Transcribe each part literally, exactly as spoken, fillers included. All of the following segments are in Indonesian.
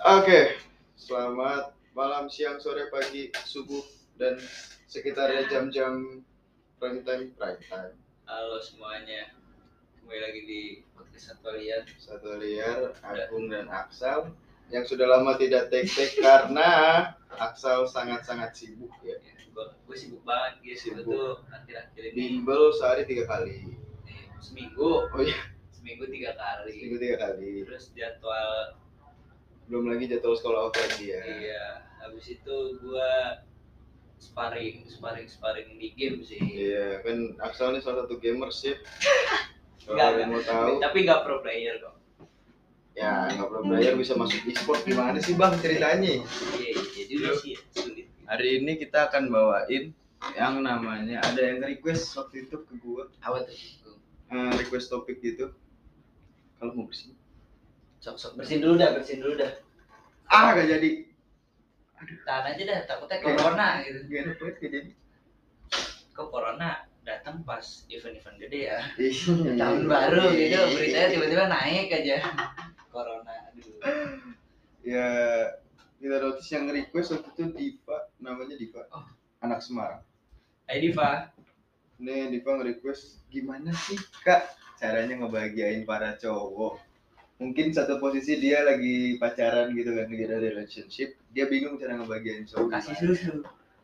Oke, selamat malam, siang, sore, pagi, subuh, dan sekitarnya jam-jam prime time, prime time. Halo semuanya, kembali lagi di podcast Satwa Liar. Satwa Liar, Agung dan Aksal yang sudah lama tidak take-take karena Aksal sangat-sangat sibuk ya. Ya, gue sibuk banget guys, gue tuh akhir-akhir ini bimbel sehari tiga kali. Eh, seminggu. Oh iya. Seminggu tiga kali. Seminggu tiga kali. Terus jadwal, belum lagi jadwal sekolah offline dia. Iya, habis itu gue sparring, sparring, sparring di game sih. Iya, kan Aksal ini salah satu gamer sih. Kalau mau tahu. Tapi nggak pro player kok. Ya, nggak pro player bisa masuk e-sport gimana sih bang ceritanya? Iya, iya juga sih, sulit. Hari ini kita akan bawain yang namanya ada yang request waktu itu ke gua. Apa tuh? Uh, request topik gitu. Kalau mau bersihin. Sok-sok bersihin dulu dah, bersihin dulu dah. Ah, gak jadi. Aduh, tahan aja dah, takutnya corona gitu. Gak ada poin, gak jadi. Kok corona datang pas event-event gede ya? Iya. Tahun baru gitu, beritanya tiba-tiba naik aja. Corona, aduh. Ya, kita notice yang request waktu itu Diva, namanya Diva. Oh. Anak Semarang. Hai Diva. Nih Diva nge-request, gimana sih kak caranya ngebahagiain para cowok? Mungkin satu posisi dia lagi pacaran gitu kan, lagi ada relationship, dia bingung cara ngebahagiain cowok. Kasih susu.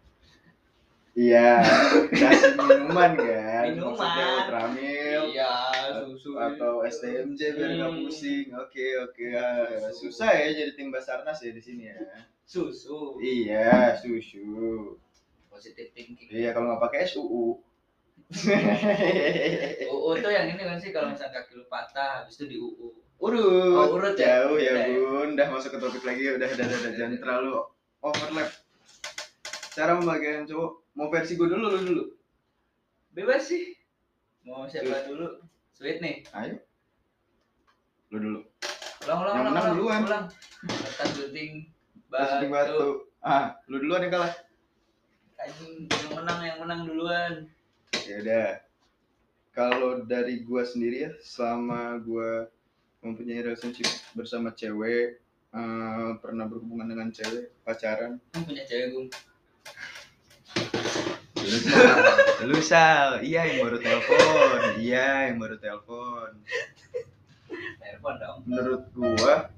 Iya, kasih minuman kan. Minuman. Maksudnya Ultramil. Iya, susu. Atau S T M J biar nggak pusing. Oke oke. Susah ya jadi tim Basarnas ya di sini ya. Susu. Iya, susu. Positive thinking. Iya, kalau nggak pakai S U U. U U tuh yang ini kan sih kalau misalnya kaki lu patah, habis itu di U U. Urut. Oh, urut ya? Jauh ya, udah, Bun. Udah masuk ke topik lagi, udah udah udah, udah. Jangan terlalu overlap. Cara membahagiakan cowok, mau versi gue dulu lu dulu. Bebas sih. Mau siapa Sweet. Dulu? Sweet nih. Ayo. Lu dulu. Ulang ulang yang ulang. Menang ulang duluan. Ulang. Atas gunting batu. batu. Ah, lu duluan yang kalah. Anjing, yang menang yang menang duluan. Ya udah. Kalau dari gua sendiri ya, selama gua mempunyai relationship bersama cewek, uh, pernah berhubungan dengan cewek, pacaran. Kamu punya cewek, Gung? Lu Sal, iya yang baru telepon, iya yang baru telepon. Telepon dong. Menurut gua,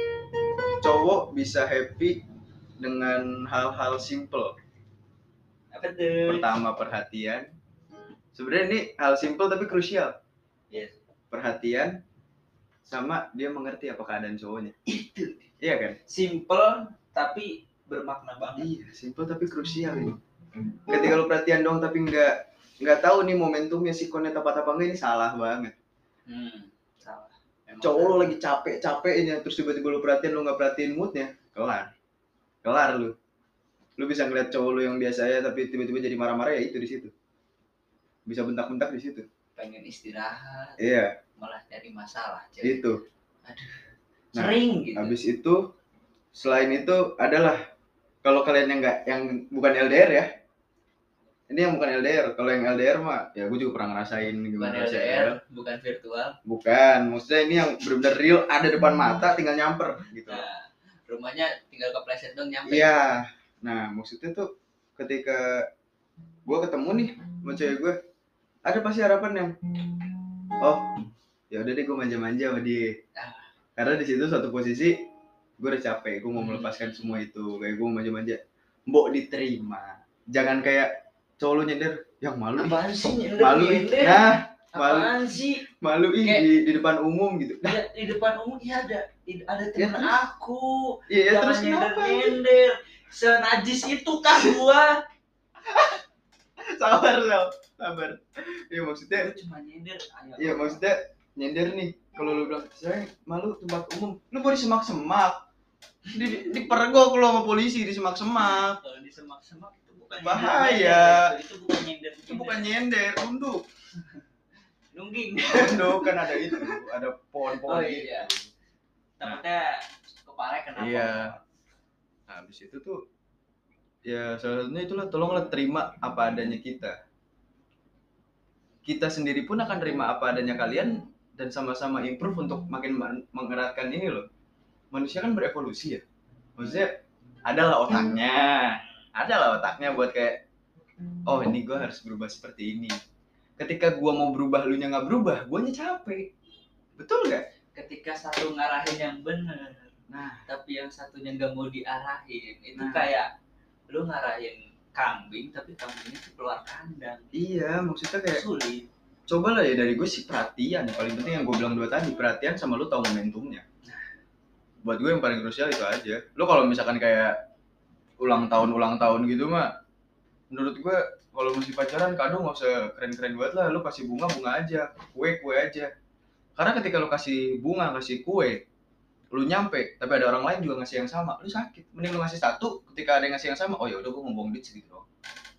cowok bisa happy dengan hal-hal simple. Apa tuh? Pertama perhatian. Sebenarnya ini hal simple tapi krusial. Yes. Perhatian sama dia mengerti apa keadaan cowoknya. Itu. Iya kan? Simple tapi bermakna banget. Iya, simple tapi krusial ini. Ketika lu perhatian dong tapi nggak nggak tahu nih momentumnya sikonnya tepat apa enggak, ini salah banget. Hmm, salah. Memang cowok lu lagi capek-capeknya terus tiba-tiba lu perhatiin, lu nggak perhatiin moodnya, kelar. Kelar lu. Lu bisa ngeliat cowok lu yang biasa ya tapi tiba-tiba jadi marah-marah, ya itu di situ. Bisa bentak-bentak di situ. Pengen istirahat. Iya. Malah cari masalah. Cewek. Itu. Aduh. Nah, sering gitu. Habis itu selain itu adalah kalau kalian yang enggak yang bukan L D R ya. Ini yang bukan L D R. Kalau yang L D R mah ya gue juga pernah ngerasain gimana L D R, bukan virtual. Bukan, maksudnya ini yang benar-benar real, ada depan mata tinggal nyamper gitu. Nah, rumahnya tinggal kepleset dong nyampe. Iya. Nah, maksudnya tuh ketika gue ketemu nih sama cewek gue, ada pasti harapan yang oh, ya udah deh gue manja-manja sama dia. Ah. Karena di situ suatu posisi gue udah capek, gue mau melepaskan semua itu, kayak gue mau manja-manja. Mbok diterima. Jangan kayak cowok lu nyender, yang malu. Apaan sih nyender? Malu nyender? Nah, malu. Apaan sih? Malu ih di, di depan umum gitu. Nah, di depan umum ya ada ada teman ya, aku. Iya, ya, terus nyender nyender. Senajis itu kan gua. Sabar lo, sabar. Iya maksudnya lu cuma nyender. Iya maksudnya nyender nih. Kalau lu bilang saya malu tempat umum, lu mau di semak-semak. Di di pergok lo sama polisi di semak-semak. Kalau di semak-semak itu bukan bahaya. Nyender, itu, itu bukan nyender. Itu bukan nyender, unduk. Nungging. Unduk kan ada itu, ada pohon-pohon. Oh iya. Takutnya kepala kenapa? Iya. Nah, habis itu tuh ya salah satunya itulah, tolonglah terima apa adanya kita. Kita sendiri pun akan terima apa adanya kalian dan sama-sama improve untuk makin mengeratkan ini loh. Manusia kan berevolusi ya. Maksudnya adalah otaknya, adalah otaknya buat kayak, oh ini gue harus berubah seperti ini. Ketika gue mau berubah, lu nya nggak berubah, gue nya capek. Betul nggak? Ketika satu ngarahin yang bener, Nah, tapi yang satunya nggak mau diarahin, itu Nah. kayak lu ngarahin kambing tapi kambingnya tuh keluar kandang. iya, maksudnya kayak Sulit. coba lah ya dari gue sih perhatian. Paling penting yang gue bilang dua tadi, perhatian sama lu tahu momentumnya. Buat gue yang paling krusial itu aja. Lu kalau misalkan kayak ulang tahun ulang tahun gitu mah, menurut gue kalau masih pacaran kado nggak usah keren-keren banget lah. Lu kasih bunga bunga aja, kue kue aja. Karena ketika lu kasih bunga kasih kue, lu nyampe tapi ada orang lain juga ngasih yang sama, lu sakit. Mending lu ngasih satu, ketika ada yang ngasih yang sama, oh ya udah gue ngomong duit segitu dong.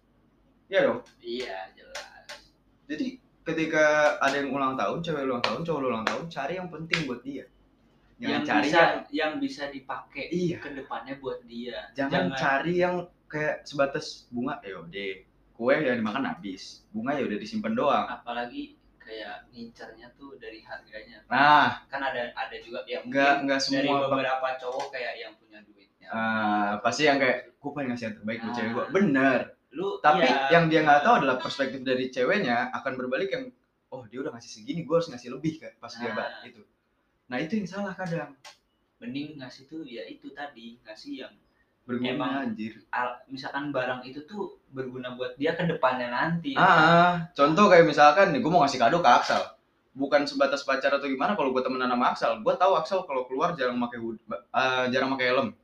Iya dong. Iya jelas. Jadi ketika ada yang ulang tahun, cewek ulang tahun, cowok ulang tahun, cari yang penting buat dia. Jangan yang cari bisa yang, yang bisa dipakai iya, ke depannya buat dia. Jangan, jangan cari yang kayak sebatas bunga, ya udah. Kue ya dimakan habis, bunga ya udah disimpan doang. Apalagi kayak ngincernya tuh dari harganya. Nah, kan ada ada juga yang nggak nggak semua dari beberapa cowok kayak yang punya duitnya. Ah, pasti yang kayak gue pengen ngasih yang terbaik buat cewek gue. Bener. Lu, tapi ya, yang dia nggak tahu adalah perspektif dari ceweknya akan berbalik yang, oh dia udah ngasih segini, gue harus ngasih lebih kan pas nah. dia bah itu. Nah itu yang salah kadang. Mending ngasih tuh ya itu tadi, ngasih yang berguna emang, anjir. Al, misalkan barang itu tuh berguna buat dia ke depannya nanti. Ah, kan? Contoh kayak misalkan nih gue mau ngasih kado ke Aksal. Bukan sebatas pacar atau gimana. Kalau gue temenan sama Aksal, gue tahu Aksal kalau keluar jarang pakai uh, jarang pakai helm.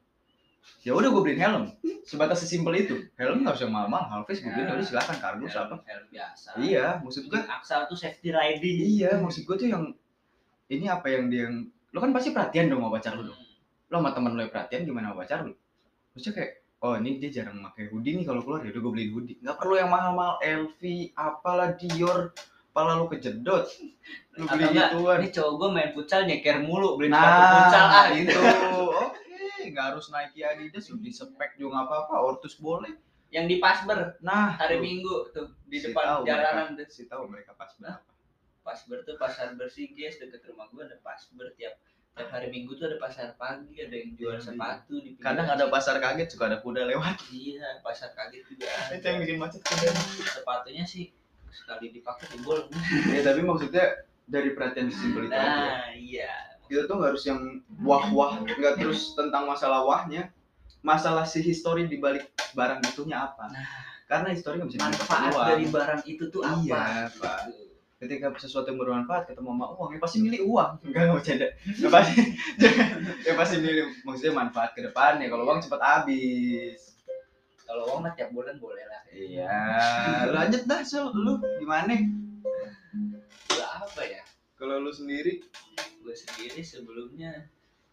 Ya udah gue beliin helm, sebatas sesimpel itu. Helm nggak usah mahal-mahal, Hafiz gue beliin, udah silakan kardus apa. Helm biasa. Iya, maksud gue Aksal tuh safety riding. Iya, maksud gue tuh yang ini apa yang dia yang, lo kan pasti perhatian dong sama pacar lo dong. Lo sama temen lo yang perhatian gimana sama pacar lo? Maksudnya kayak, oh ini dia jarang pakai hoodie nih kalau keluar, ya udah gue beliin hoodie. Nggak perlu yang mahal-mahal, L V, apalah Dior, pala lo kejedot. Lo beli gituan. Ini cowok gue main futsal nyeker mulu, beliin nah, sepatu futsal ah gitu. Nggak harus Nike Adidas, di spek juga nggak apa-apa, Ortus boleh. Yang di Pasber, nah hari tuh. Minggu tuh di si depan jalanan tuh. Si tahu mereka Pasber apa? Pasber tuh pasar bersih guys, deket rumah gue ada Pasber tiap tiap hari Minggu tuh ada pasar pagi, ada yang jual hmm. sepatu di pinggir. Kadang ada pasar kaget, suka ada kuda lewat. Iya, pasar kaget juga. Itu yang bikin macet kuda. Sepatunya sih sekali dipakai jebol. Ya tapi maksudnya dari perhatian simpel itu nah, aja. Nah iya. Kita tuh nggak harus yang wah-wah, nggak terus tentang masalah wahnya, masalah si histori di balik barang itunya apa. Nah, karena histori nggak bisa manfaat dari barang itu tuh apa? Iya, Pak. Ketika sesuatu yang bermanfaat ketemu sama uang, ya pasti milih uang. Enggak nggak bercanda. Ya pasti, ya pasti milih, maksudnya manfaat ke depannya. Kalau uang cepat habis. Kalau uang mah tiap bulan boleh lah. Iya, lanjut dah, Sol. Lu gimana? Gak apa ya? Kalau lu sendiri? Gue sendiri sebelumnya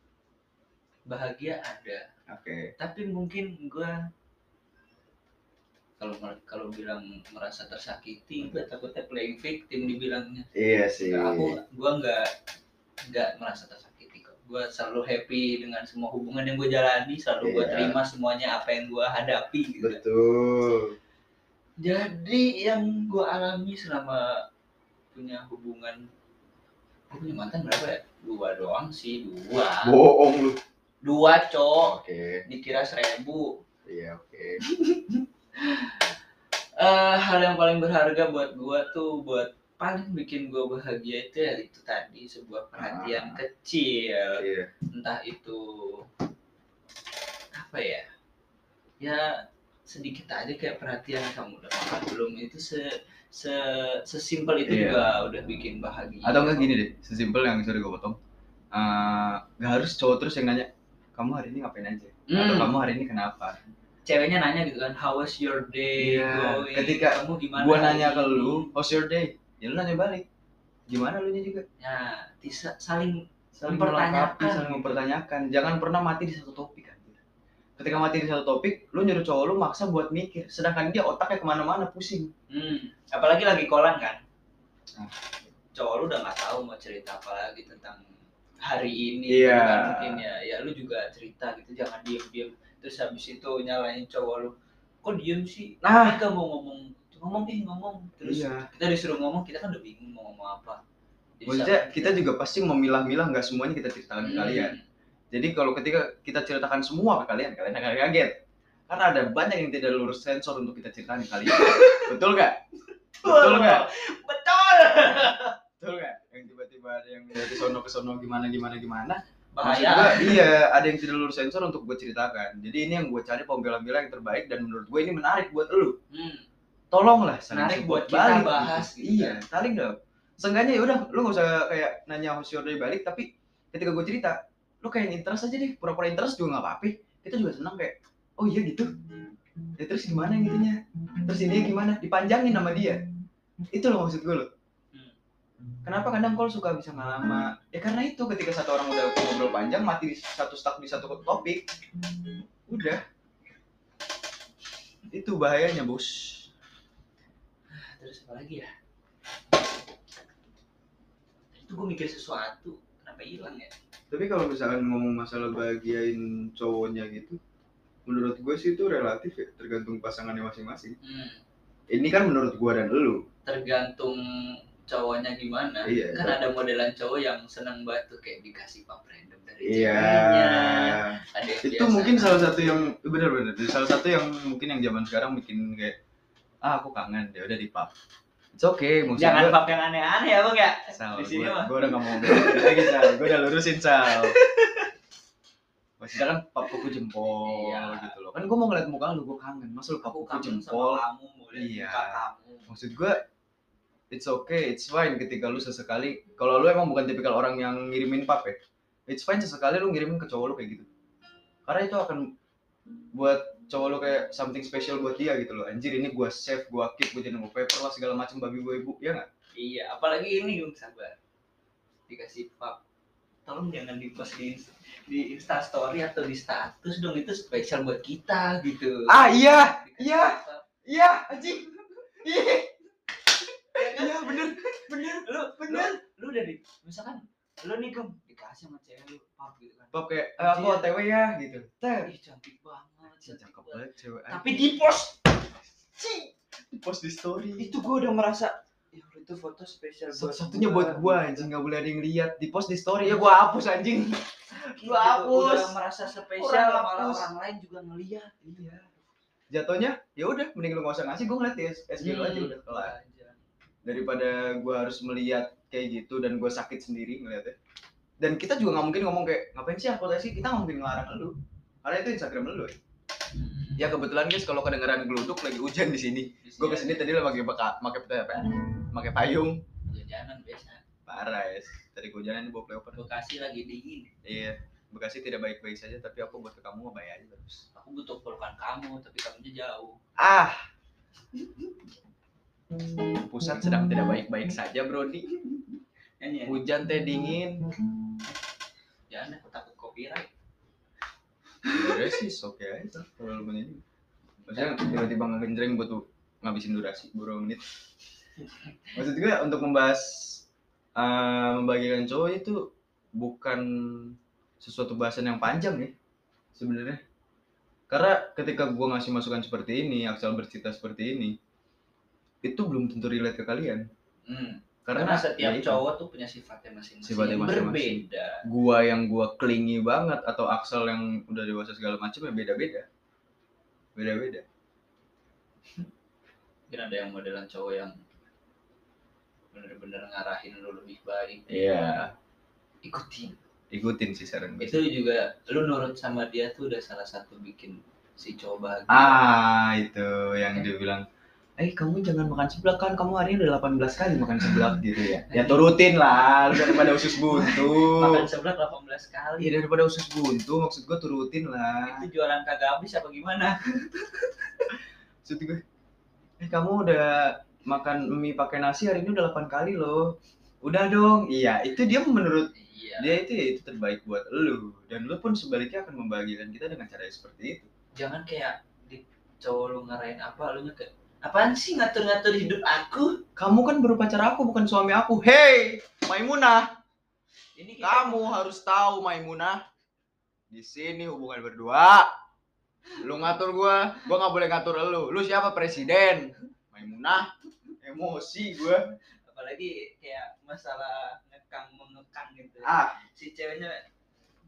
bahagia ada. Oke. Okay. Tapi mungkin gue kalau kalau bilang merasa tersakiti, gue takutnya playing victim dibilangnya. Iya sih. Nah, aku gue nggak nggak merasa tersakiti kok. Gue selalu happy dengan semua hubungan yang gue jalani, selalu yeah. gue terima semuanya apa yang gue hadapi. Gitu. Betul. Jadi yang gue alami selama punya hubungan, gue punya mantan berapa ya? Dua doang sih, dua. Bohong lu. Dua, Cok. Oke. Okay. Dikira seribu. Iya, oke. Okay. uh, hal yang paling berharga buat gue tuh, buat paling bikin gue bahagia itu ya itu tadi, sebuah perhatian ah. kecil. Iya. Entah itu apa ya? Ya sedikit aja kayak perhatian, kamu udah makan belum, itu se se sesimpel itu iya. juga udah bikin bahagia. Atau enggak gini deh, sesimpel yang sorry gue potong, uh, nggak harus cowok terus yang nanya kamu hari ini ngapain aja, hmm. atau kamu hari ini kenapa. Ceweknya nanya gitu kan, how was your day yeah. going, ketika kamu gimana. Gua nanya ke lu how's your day, ya lu nanya balik gimana lu nya juga. Ya bisa saling saling mempertanyakan, saling mempertanyakan. Jangan pernah mati di satu topik kan. Ketika mati di satu topik, lu nyuruh cowok lu maksa buat mikir, sedangkan dia otaknya kemana-mana pusing. Hmm. Apalagi lagi kolan kan, nah. Cowok lu udah nggak tahu mau cerita apa lagi tentang hari ini. Iya. Kan mungkin ya, ya lu juga cerita gitu, jangan diem-diem. Terus habis itu nyalain cowok lu, kok diem sih? Nah, kita mau ngomong, ngomong ih ngomong. Terus iya. Kita disuruh ngomong, kita kan udah bingung mau ngomong apa. Maksudnya kita juga pasti memilah-milah, nggak semuanya kita ceritakan ke hmm. kalian. Jadi kalau ketika kita ceritakan semua ke kalian, kalian akan kaget. Karena ada banyak yang tidak lulus sensor untuk kita ceritakan ke kalian. Betul nggak? Betul nggak? Betul. Betul nggak? Yang tiba-tiba ada yang dari sono ke sono gimana gimana gimana. Bahaya. Maksud gua, iya, ada yang tidak lulus sensor untuk gue ceritakan. Jadi ini yang gue cari pembelah-pembelah yang terbaik dan menurut gue ini menarik buat lu. Hmm. Tolonglah saling Menarik support buat kita balik, bahas gitu. gitu. Iya, saling dong. Seenggaknya ya udah, lu nggak usah kayak nanya hosior dari balik, tapi ketika gue cerita, lu kayak interest aja deh, pura-pura interest juga nggak apa-apa. Kita juga senang kayak, oh iya gitu. Ya terus gimana gitunya? Terus ini gimana? Dipanjangin sama dia. Itu loh maksud gue loh. Kenapa kadang call suka bisa ngelama? Ya karena itu ketika satu orang udah ngobrol panjang mati di satu stuck di satu topik, udah. Itu bahayanya bos. Terus apa lagi ya? Itu gue mikir sesuatu, kenapa hilang ya? Tapi kalau misalkan ngomong masalah bahagiain cowoknya gitu, menurut gue sih itu relatif ya, tergantung pasangannya masing-masing. Hmm. Ini kan menurut gue dan elu. Tergantung cowoknya gimana. Iya, kan ada modelan cowok yang senang banget tuh kayak dikasih pap random dari iya. ceweknya. Ada yang Itu biasa. mungkin salah satu yang benar-benar. Salah satu yang mungkin yang zaman sekarang bikin kayak ah aku kangen, ya udah di pap. It's okay, maksud Jangan gua, pap yang aneh-aneh ya bang ya. Sal, Di sini gua, mah. gua udah gak mau ngomongin lagi Sal, gua udah lurusin Sal. Maksudnya kan pap kuku jempol Iya. gitu loh. Kan gua mau ngeliat muka lu, gua kangen. Masa lu pap Aku kuku kangen jempol? sama kamu, boleh Iya. buka kamu. Maksud gua it's okay, it's fine ketika lu sesekali, kalau lu emang bukan tipikal orang yang ngirimin pap ya, it's fine sesekali lu ngirimin ke cowok lu kayak gitu. Karena itu akan buat cowok lu kayak something special buat dia gitu loh. Anjir ini gua save, gua keep, gua jadi wallpaper lah segala macam babi gua ibu, ya nggak? Iya, apalagi ini Gung, sabar. Dikasih pap. Tolong jangan di-post di di Insta story atau di status dong, itu spesial buat kita gitu. Ah iya, Dikasih iya, pap. iya, anjing, iya, iya bener, bener, Lu bener. Lu, lu udah di, misalkan lu nih Gung dikasih sama cewek lu pap gitu kan. Pap kayak eh, aku O T W ya gitu. Ter, Ih cantik banget, cantik cakep banget. banget cewek. Tapi di post, di post di story. itu gua udah merasa ya itu foto spesial buat Satu-satunya buat gua anjing, nggak boleh ada yang lihat. Di post di story ya gua hapus anjing. Gitu, Gua hapus. udah merasa spesial, Orang malah hapus. orang lain juga ngeliat. Iya. Jatuhnya ya udah mending lu nggak usah ngasih, gua ngeliat di S G lu aja udah kelar. Daripada gua harus melihat kayak gitu dan gua sakit sendiri ngeliatnya. Dan kita juga nggak mungkin ngomong kayak ngapain sih upload sih, kita nggak mungkin ngelarang lu karena itu Instagram lu. Ya kebetulan guys kalau kedengeran geluduk lagi hujan di sini. Gue kesini tadi lah pakai pakai apa? Pakai payung. Jajanan biasa. Parah ya. Tadi hujanan bawa playoper. Bekasi lagi dingin. Iya. Bekasi tidak baik-baik saja, tapi aku buat ke kamu baik aja terus. Aku butuh pelukan kamu, tapi kamunya jauh. Ah. Pusat sedang tidak baik-baik saja, Brody. Hujan teh dingin. Jangan, aku takut copyright. Ya sih, oke aja kalau lu ini. Maksudnya tiba-tiba ngegenjreng buat tuh ngabisin durasi beberapa menit. Maksud gue untuk membahas uh, membagikan cowok itu bukan sesuatu bahasan yang panjang ya sebenarnya. Karena ketika gue ngasih masukan seperti ini, Aksal bercerita seperti ini, itu belum tentu relate ke kalian. Hmm. Karena, Karena setiap ya cowok tuh punya sifatnya masing-masing. Sifatnya masing-masing. Berbeda. Gua yang gua clingy banget atau Aksal yang udah dewasa segala macam ya beda-beda. Beda-beda. Mungkin ada yang modelan cowok yang bener-bener ngarahin lu lebih baik. Iya. Ikutin. Ikutin sih saran gue. Itu juga lu nurut sama dia tuh udah salah satu bikin si cowok bahagia. Ah, itu yang dia bilang, "Eh, kamu jangan makan seblak kan, kamu hari ini udah delapan belas kali makan seblak gitu ya." Ya turutin lah, lu daripada usus buntu. Makan seblak delapan belas kali. Iya, daripada usus buntu, maksud gua turutin lah. Itu jualan kagak habis apa gimana? Maksud gue, "Eh, kamu udah makan mie pakai nasi hari ini udah delapan kali loh." Udah dong. Iya, itu dia menurut Iya. dia itu ya itu terbaik buat lu, dan lu pun sebaliknya akan membahagiakan kita dengan cara seperti itu. Jangan kayak di cowok lu ngarahin apa, lu kayak apaan sih ngatur-ngatur hidup aku? Kamu kan baru pacar aku, bukan suami aku. Hey, Maimunah. Ini kita... Kamu harus tahu Maimunah. Di sini hubungan berdua. Lu ngatur gua, gua nggak boleh ngatur lu. Lu siapa, presiden? Maimunah. Emosi gua. Apalagi kayak masalah ngekang mengekang gitu. Ah, si ceweknya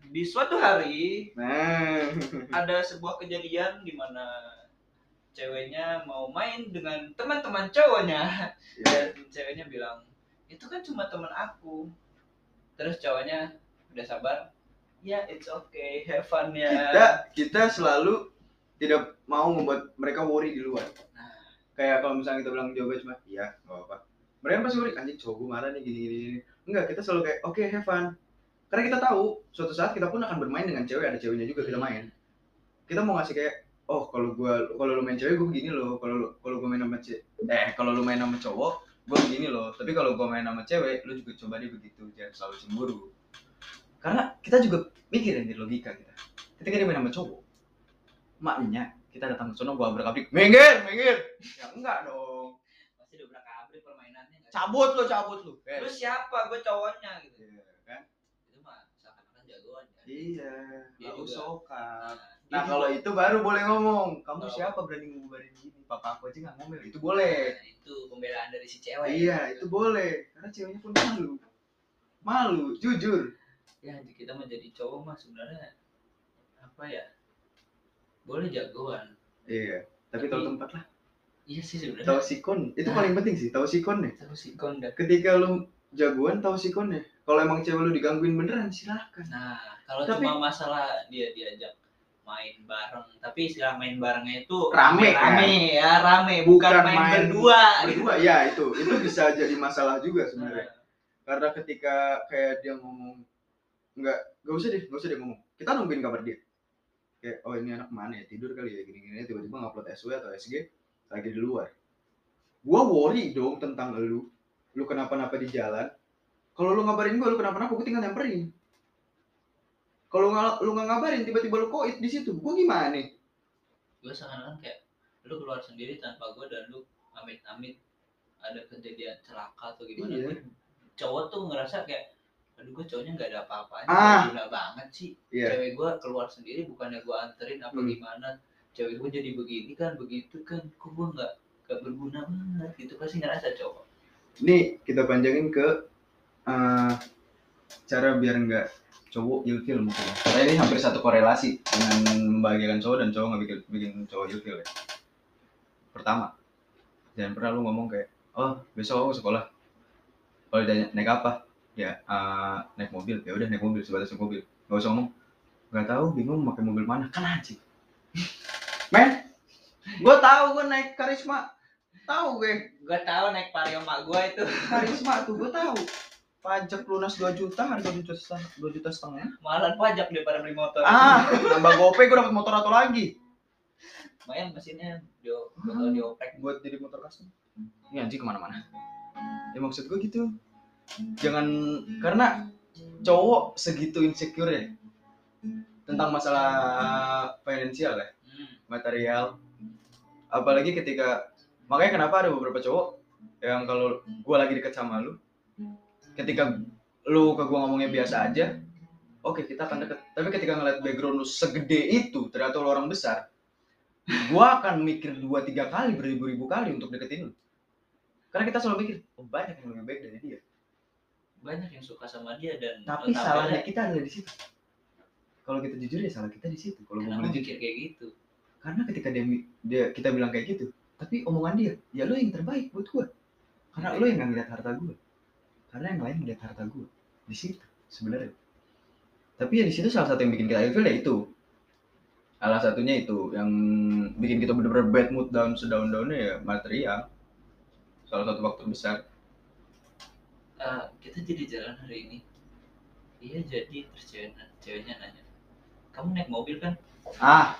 Di suatu hari Nah, ada sebuah kejadian di mana ceweknya mau main dengan teman-teman cowoknya dan ceweknya bilang itu kan cuma teman aku. Terus cowoknya udah sabar, ya it's okay, have fun ya. kita kita selalu tidak mau membuat mereka worry di luar. Nah, Kayak kalau misalnya kita bilang jawabannya cuma iya nggak apa-apa, mereka pasti worry anjing cowok gue marah nih gini gini. Enggak, kita selalu kayak oke okay, have fun, karena kita tahu suatu saat kita pun akan bermain dengan cewek, ada ceweknya juga kita main. Kita mau ngasih kayak oh kalau gue kalau lu main cewek gue begini loh, kalau kalau gue main sama cewek eh kalau lu main sama cowok gue begini loh, tapi kalau gue main sama cewek lu juga coba deh begitu, jangan selalu cemburu. Karena kita juga mikirin di logika kita. Ketika dia main sama cowok, maknya kita datang ke sono gua abrak-abrik, minggir, minggir. Ya enggak dong. pasti dobrak-abrik permainannya. Cabut lu, cabut lu. Eh. Lu siapa? Gue cowoknya gitu. Iya, kan? Itu mah seakan-akan jagoan kan. Iya, Dia lalu juga. sokap. Nah, Nah, kalau itu baru boleh ngomong. Kamu Kalau- siapa berani ngubarin gini? Papa aku aja enggak ngomel. Itu boleh. Nah, itu pembelaan dari si cewek. Iya, itu boleh. Karena ceweknya pun malu. Malu, jujur. Ya kita menjadi cowok mah sebenarnya apa ya, boleh jagoan. Iya, tapi, tapi tahu tempat lah. Iya sih sebenarnya. Tahu sikon, itu nah, paling penting sih, tahu sikonnya. Tahu sikon dah. Ketika lu jagoan tahu sikonnya. Kalau emang cewek lu digangguin beneran silahkan. Nah, kalau tapi, cuma masalah dia diajak main bareng, tapi istilah main barengnya itu rame, rame ya, ya rame, bukan, bukan main, main berdua. Berdua, gitu. Ya itu, itu bisa jadi masalah juga sebenarnya. Nah. Karena ketika kayak dia ngomong nggak nggak usah deh nggak usah deh ngomong, kita nungguin kabar dia kayak oh ini anak mana ya, tidur kali ya gini-gini, tiba-tiba ngupload S W atau S G lagi di luar, gua worry dong tentang lu lu kenapa-napa di jalan. Kalau lu ngabarin gua lu kenapa-napa gua tinggal nyamperin. Kalau lu nggak ngabarin tiba-tiba lu koit di situ, gua gimana nih? Gua seakan-akan kayak lu keluar sendiri tanpa gua dan lu amit-amit ada kejadian celaka atau gimana. Iya. Cowok tuh ngerasa kayak aduh gue cowoknya nggak ada apa-apanya, ah. guna banget sih. Yeah. Cewek gue keluar sendiri bukannya gue anterin apa hmm. gimana, cewek gue jadi begini kan begitu kan, kok gue nggak nggak berguna banget gitu, pasti ngerasa cowok. Ini kita panjangin ke uh, cara biar nggak cowok ilfil mungkin. Karena ini hampir satu korelasi dengan membahagiakan cowok dan cowok nggak bikin bikin cowok ilfil ya. Pertama, jangan pernah lu ngomong kayak oh besok aku sekolah, kalau ditanya naik apa? Ya uh, naik mobil, ya udah naik mobil, sebatas naik mobil, nggak usah ngomong nggak tahu, bingung pakai mobil mana, kan anjing. Men, gue tahu gue naik Karisma, tahu gue, gue tahu naik Vario mak gue itu Karisma tuh gue tahu, pajak lunas dua juta, harga dua juta dua juta setengah, malah pajak daripada beli motor. Ah, nambah gopay gue dapat motor atau lagi, lumayan mesinnya dio bakal dioprek buat jadi motor custom. Ini anjing kemana-mana. Ya maksud gue gitu. Jangan, karena cowok segitu insecure ya tentang masalah finansial ya, material. Apalagi ketika, makanya kenapa ada beberapa cowok yang kalau gue lagi deket sama lu, ketika lu ke gue ngomongnya biasa aja, oke okay, kita akan deket. Tapi ketika ngeliat background lu segede itu, ternyata lu orang besar, gue akan mikir dua tiga kali, beribu-ribu kali untuk deketin lu. Karena kita selalu mikir, oh banyak yang lebih baik dari dia. Banyak yang suka sama dia dan tapi salahnya kita ada di situ. Kalau kita jujur ya salah kita di situ. Kalau mau mikir kayak gitu. Karena ketika dia, dia kita bilang kayak gitu, tapi omongan dia, ya lo yang terbaik buat gue. Karena lo yang nggak ngeliat harta gue. Karena yang lain ngeliat harta gue. Di situ sebenarnya. Tapi ya di situ salah satu yang bikin kita ilfil ya itu. Salah satunya itu yang bikin kita benar-benar bad mood down sedaun-daunnya ya material. Salah satu faktor besar. Uh, kita jadi jalan hari ini, iya jadi terus ceweknya, ceweknya nanya, kamu naik mobil kan? Ah,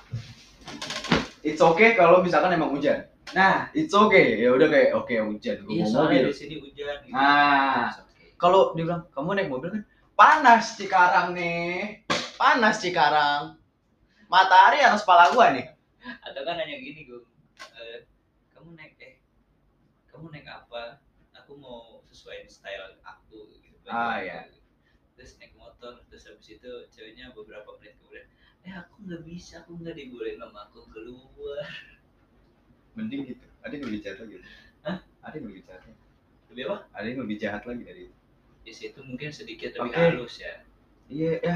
it's okay kalau misalkan emang hujan. Nah, it's okay, ya udah kayak oke okay, hujan, gue iya, mau mobil. Di sini hujan. Gitu. Ah, okay. Kalau dia bilang kamu naik mobil kan? Panas Cikarang nih, panas Cikarang, matahari harus kepala gua nih. Atau kan nanya gini gue, uh, kamu naik eh, kamu naik apa? Aku mau sesuai style aku gitu. Ah ya. Terus naik motor, terus habis itu ceweknya beberapa menit kemudian, eh aku nggak bisa, aku nggak dibolehin sama aku keluar. Mending gitu. Ada yang lebih jahat lagi. Hah? Ada yang lebih jahat. Lebih apa? Ada yang lebih jahat lagi dari itu. Di situ mungkin sedikit lebih okay. halus ya. Iya, ya.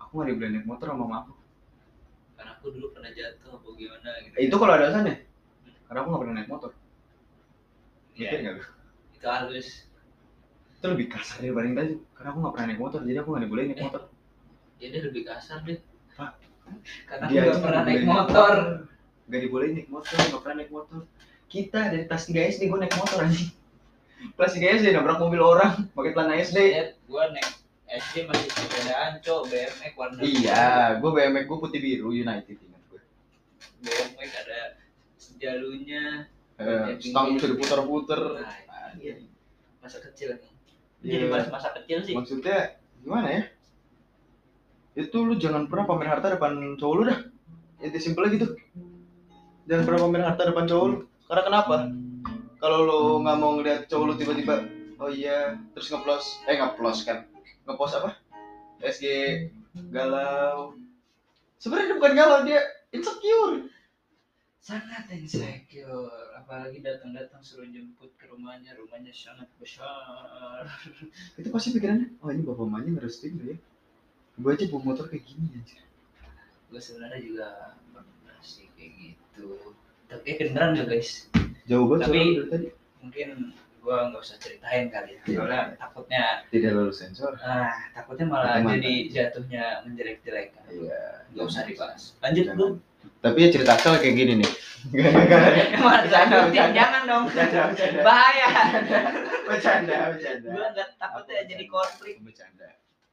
aku nggak dibolehin naik motor sama mama aku. Karena aku dulu pernah jatuh apa gimana gitu. Itu kalau ada alasannya. Karena aku nggak pernah naik motor. Iya. Mikir nggak lu? Itu halus. Itu lebih kasar dibanding tadi. Karena aku nggak pernah naik motor, jadi aku nggak dibolehin naik Eh. motor. Ya dia lebih kasar deh. Pak. Karena aku Dia nggak aja pernah nggak naik boleh motor. Gak dibolehin naik motor, nggak pernah naik motor. Kita dari kelas tiga S D gue naik motor anjing. Kelas tiga S D nabrak mobil orang pakai celana S D. Gue naik S D masih sepedaan cok, B M X warna iya, gue B M X gue putih biru United ingat gue. B M X ada sejalunya, eh, stang bisa diputar-putar. Nah, iya. Masa kecil nih. Iya. Jadi bahas masa kecil sih. Maksudnya gimana ya? Itu lu jangan pernah pamer harta depan cowok lu dah. Itu simpelnya gitu. Jangan pernah pamer harta depan cowok lu. Karena kenapa? Kalau lu nggak mau ngeliat cowok lu tiba-tiba, oh iya, terus ngeplos, eh ngeplos kan, ngepost apa? S G galau. Sebenarnya dia bukan galau, dia insecure. Sangat insecure, apalagi datang-datang suruh jemput ke rumahnya, rumahnya sangat besar. Itu pasti pikirannya, oh ini bapak mamanya ngerestuin gak ya? Gue aja bawa motor kayak gini aja. Gue sebenarnya juga pernah sih kayak gitu. Tapi eh, kedengeran gak guys? Jauh banget tapi dari tadi. Mungkin gue nggak usah ceritain kali ya, soalnya takutnya tidak lalu sensor. Ah, takutnya malah Teman. jadi jatuhnya menjelek-jelekan. Iya, nggak usah dibahas. Lanjut lu. Tapi ya cerita akal kayak gini nih. Gak-gak. Bercanda, jangan dong. Bercanda, bercanda. Bahaya. Bercanda, bercanda. Gue nggak takutnya jadi konflik. Bercanda.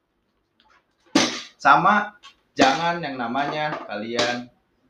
Sama, jangan yang namanya kalian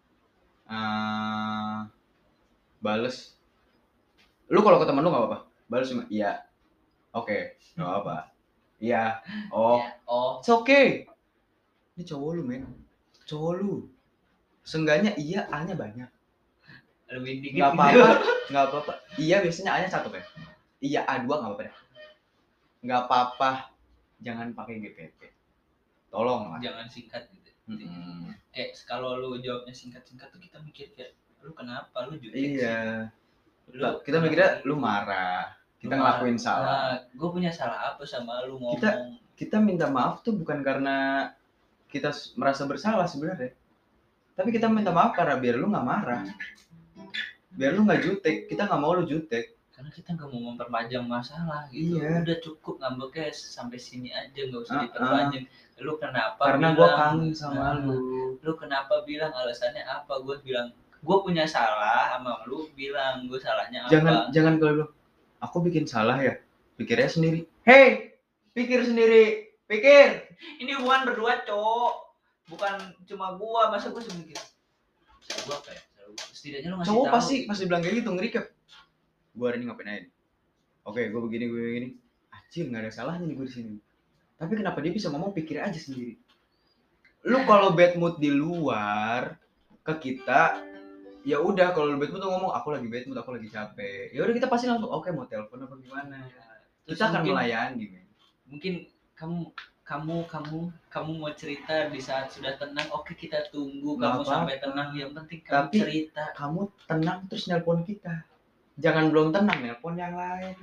uh, bales. Lu kalau ke temen lu nggak apa-apa, bales cuma iya, oke, okay. Nggak apa-apa, iya, oh, Ya, oh, it's okay. Ini cowok lu men, cowok lu, seenggaknya iya, A-nya banyak. lebih dikit. Nggak apa-apa, nggak apa-apa. Iya biasanya A-nya satu kan, iya A dua nggak apa-apa deh. Nggak apa-apa, jangan pakai G P T. Tolong lah. Jangan singkat gitu. Mm-hmm. Kayak kalau lu jawabnya singkat-singkat tuh kita mikir kayak lu kenapa lu jutek iya. sih? Lu, kita mikirnya lu marah, kita lu ngelakuin marah. Salah. Nah, gue punya salah apa sama lu ngomong? Kita kita minta maaf tuh bukan karena kita merasa bersalah sebenarnya, tapi kita minta maaf karena biar lu nggak marah, biar lu nggak jutek. Kita nggak mau lu jutek. Karena kita nggak mau memperpanjang masalah gitu. Iya. Udah cukup ngambeknya sampai sini aja, nggak usah uh-uh. diperpanjang. Lu kenapa? Karena gue kangen sama nah, lu. Lu kenapa bilang alasannya apa? Gue bilang gue punya salah, sama lu bilang gue salahnya apa? Jangan jangan kalau lu aku bikin salah ya, pikirnya sendiri. Hey, pikir sendiri, pikir. Ini hubungan berdua, cowok. Bukan cuma gua, masa gua cuma mikir. Salah gua apa ya? Setidaknya lu ngasih cowok tahu. pasti pasti bilang kayak gitu, nge-recap. Gua hari ini ngapain aja? Oke, gua begini, gua begini. Anjir, enggak ada salahnya nih gua di sini. Tapi kenapa dia bisa ngomong pikir aja sendiri? Lu kalau bad mood di luar ke kita, ya udah, kalau bad mood tuh ngomong aku lagi bad mood, aku lagi capek. Ya udah kita pasti langsung oke, okay, mau telepon apa gimana. Terus kita akan mungkin, melayani, men. Mungkin kamu kamu kamu kamu mau cerita di saat sudah tenang, oke okay, kita tunggu Nggak kamu apa-apa. Sampai tenang, yang penting kamu Tapi cerita. Kamu tenang terus nelpon kita. Jangan belum tenang nelpon yang lain.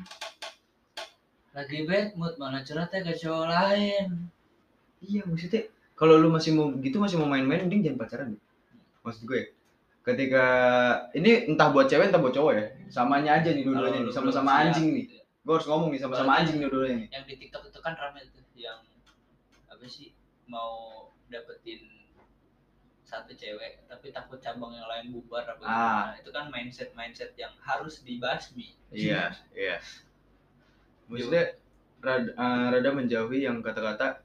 Lagi bad mood mana curhatnya ke cowok lain. Iya, maksudnya kalau lu masih mau gitu, masih mau main-main, mending jangan pacaran. Maksud gue, ketika ini entah buat cewek entah buat cowok ya, samanya aja nih dua-duanya nih, sama-sama anjing nih. Gue harus ngomong nih, sama-sama anjing nih dua-duanya nih. Yang di TikTok itu kan ramai tuh, yang apa sih, mau dapetin satu cewek tapi takut cabang yang lain bubar apa ah. gimana. Itu kan mindset-mindset yang harus dibasmi. Iya, iya. Maksudnya rada, uh, rada menjauhi yang kata-kata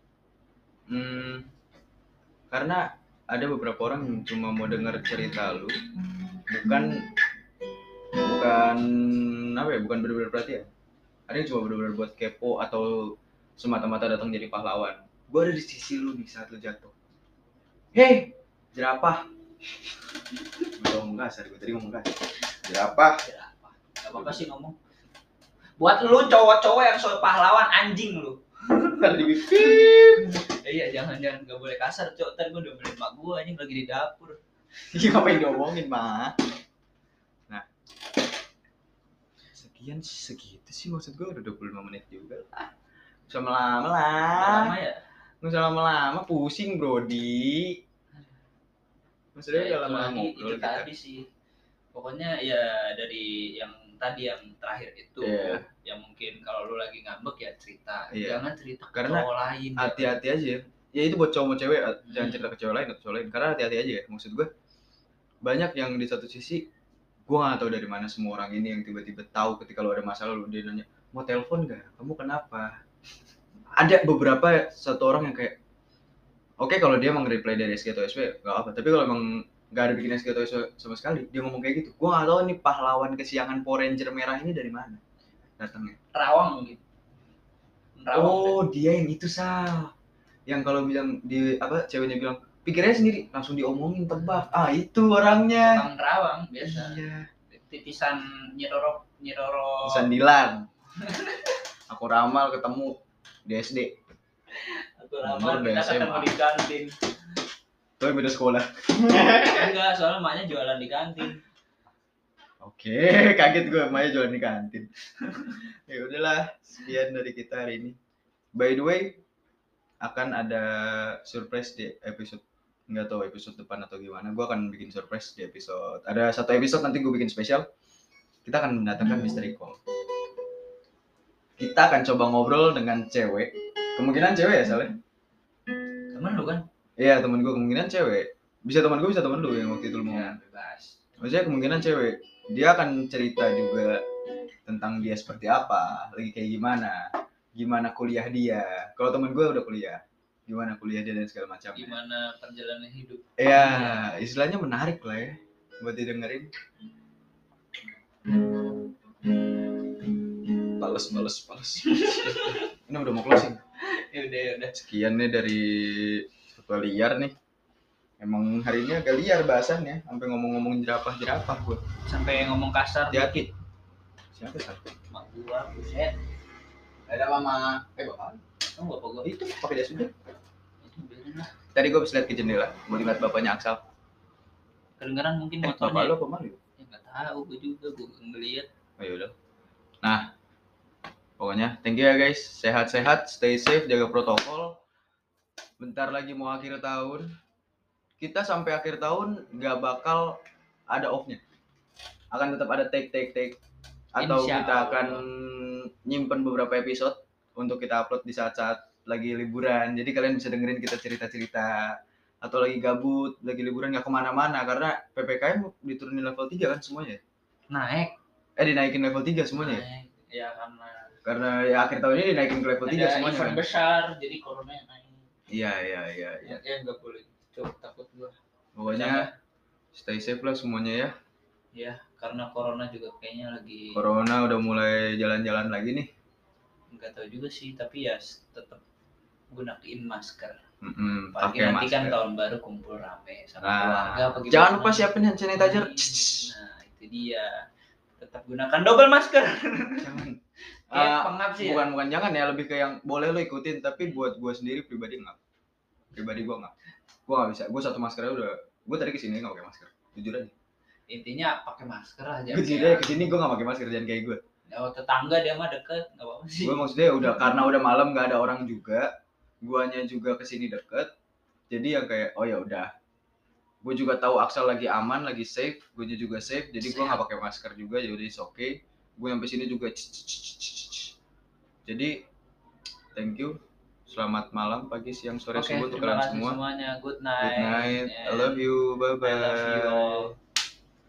hmm, karena ada beberapa orang yang cuma mau dengar cerita lu, bukan bukan apa ya, bukan benar-benar perhatian. Ada yang cuma benar-benar buat kepo atau semata-mata datang jadi pahlawan. Gue ada di sisi lu di saat lu jatuh. Hei, jerapah. Gue ngomong kasar, gue tadi ngomong kasar. Jerapah. Jerapah. Gak apa-apa sih ngomong. Buat lu cowok-cowok yang soal pahlawan, anjing lu. Ntar dibipip. Iya, jangan-jangan gak boleh kasar, cowok. Ntar gue udah beli mak gue anjing lagi di dapur. Iya, ngapain diomongin, Mak? Nah, sekian segitu sih maksud gue, udah dua puluh lima menit juga lah. Bisa lama lah. Lama ya? Nggak usah lama-lama, pusing Brodi. Maksudnya Ya, udah itu lama lagi, ngobrol itu kita. tadi sih. Pokoknya ya dari yang tadi yang terakhir itu, Iya. yang mungkin kalau lu lagi ngambek ya cerita, Iya. jangan cerita ke Karena cowok lain. hati-hati aja ya. Ya itu buat cowok mau cewek, jangan Hmm. cerita ke cowok lain atau cowok lain. Karena hati-hati aja ya. Maksud gue banyak yang di satu sisi gue nggak tahu dari mana semua orang ini yang tiba-tiba tahu ketika lo ada masalah lo dia nanya mau telepon gak? Kamu kenapa? Ada beberapa satu orang yang kayak oke okay, kalau dia emang reply dari S G atau S W nggak apa. Tapi kalau emang nggak ada bikin S G atau S W sama sekali dia ngomong kayak gitu, gue nggak tahu nih pahlawan kesiangan Power Ranger merah ini dari mana datangnya. Rawang mungkin. Rawang, oh kan? Dia yang itu Sal, yang kalau bilang di apa ceweknya bilang pikirnya sendiri langsung diomongin tebak. Ah itu orangnya. Tukang rawang biasa. Iya. Titisan nyirorok nyirorok. Titisan Dilan. Aku ramal ketemu di S D. Aku ramal kita ketemu di kantin. Tuh beda sekolah. Enggak, soalnya maknya jualan di kantin. Oke, kaget gue maknya jualan di kantin. Ya udahlah, sekian dari kita hari ini. By the way, akan ada surprise di episode nggak tahu episode depan atau gimana. Gue akan bikin surprise di episode. Ada satu episode nanti gue bikin spesial. Kita akan mendatangkan mystery call. Kita akan coba ngobrol dengan cewek. Kemungkinan cewek ya soalnya. Temen lu kan? Iya temen gue kemungkinan cewek. Bisa temen gue bisa temen lu yang waktu itu lu mau. Ya, bebas. Maksudnya kemungkinan cewek. Dia akan cerita juga tentang dia seperti apa, lagi kayak gimana, gimana kuliah dia. Kalau temen gue udah kuliah, gimana kuliah dia dan segala macam. Gimana perjalanan hidup. Ya, istilahnya menarik lah ya buat didengerin. Pales, pales, pales. Ini udah mau closing. Ya udah, ya udah. Sekian nih dari Satwa Liar nih. Emang hari ini agak liar bahasannya, sampai ngomong-ngomong jerapah-jerapah gue. Sampai ngomong kasar. Jaki. Siapa sih? Mak gua, buset. Ada mama. Eh bapak. Kamu bapak gua Itu pakai jas hujan. itu biarin lah. Tadi gue bisa lihat ke jendela, mau lihat bapaknya Aksal. Kedengeran mungkin Eh, motornya. bapak lo apa malu? Ya enggak tahu, gua juga gua ngeliat. Oh yaudah. Nah, pokoknya thank you ya guys. Sehat-sehat, stay safe, jaga protokol. Bentar lagi mau akhir tahun. Kita sampai akhir tahun nggak bakal ada off-nya. Akan tetap ada take take take. Atau Insya kita Allah. akan nyimpen beberapa episode untuk kita upload di saat-saat lagi liburan. Jadi kalian bisa dengerin kita cerita-cerita. Atau lagi gabut, lagi liburan nggak kemana-mana. Karena P P K M diturunin level tiga kan semuanya. Naik. Eh dinaikin level tiga semuanya. Naik. Ya karena Karena ya akhir tahun ini dinaikin ke level tiga ada semuanya. event Kan? besar, jadi corona naik. Iya, iya, iya, iya. Ya enggak boleh. Coba takut gua. Pokoknya stay safe lah semuanya ya. Ya, karena corona juga kayaknya lagi Corona udah mulai jalan-jalan lagi nih. enggak tahu juga sih, tapi ya tetap gunain masker. Mm-mm, Apalagi pakai nanti kan masker. tahun baru kumpul rame sama Nah, keluarga apa gimana. jangan lupa siapin hand sanitizer. Nah, itu dia. Tetap gunakan double masker. Jangan. Kayak Ah, pengap sih. bukan bukan jangan ya, lebih ke yang boleh lo ikutin, tapi buat gue sendiri pribadi enggak. Pribadi gue enggak. Gue enggak bisa. Gue satu masker aja udah. Gue tadi kesini enggak pakai masker. Jujur aja. Intinya pakai masker aja. Gue jadi kesini gue enggak pakai masker, jangan kayak gue. Oh, tetangga dia mah deket, enggak apa-apa sih. Gue maksudnya udah karena udah malam enggak ada orang juga. Guanya juga kesini deket. Jadi yang kayak oh ya udah. Gue juga tahu Aksal lagi aman, lagi safe, gue juga safe. Jadi gue enggak pakai masker juga, jadi it's okay. Gue sampai sini juga. Jadi thank you. Selamat malam, pagi, siang, sore, Oke, subuh untuk terima kalian kasih semua. semuanya. Good Good night. night. I And love you. Bye bye. I love you all.